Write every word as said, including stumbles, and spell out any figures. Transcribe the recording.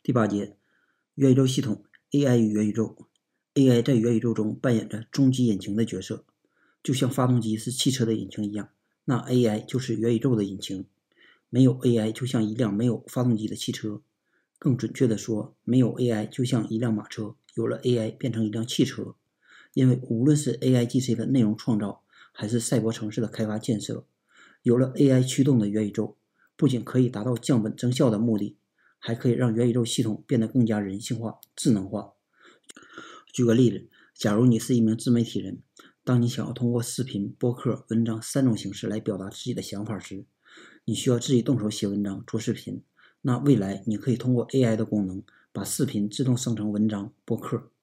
第八节，元宇宙系统 A I 与元宇宙。A I 在元宇宙中扮演着终极引擎的角色，就像发动机是汽车的引擎一样，那 A I 就是元宇宙的引擎。没有 A I 就像一辆没有发动机的汽车，更准确地说，没有 A I 就像一辆马车，有了 A I 变成一辆汽车。因为无论是 A I G C 的内容创造，还是赛博城市的开发建设，有了 A I 驱动的元宇宙，不仅可以达到降本增效的目的，还可以让元宇宙系统变得更加人性化、智能化。举个例子，假如你是一名自媒体人，当你想要通过视频、播客、文章三种形式来表达自己的想法时，你需要自己动手写文章、做视频。那未来你可以通过 A I 的功能，把视频自动生成文章、播客，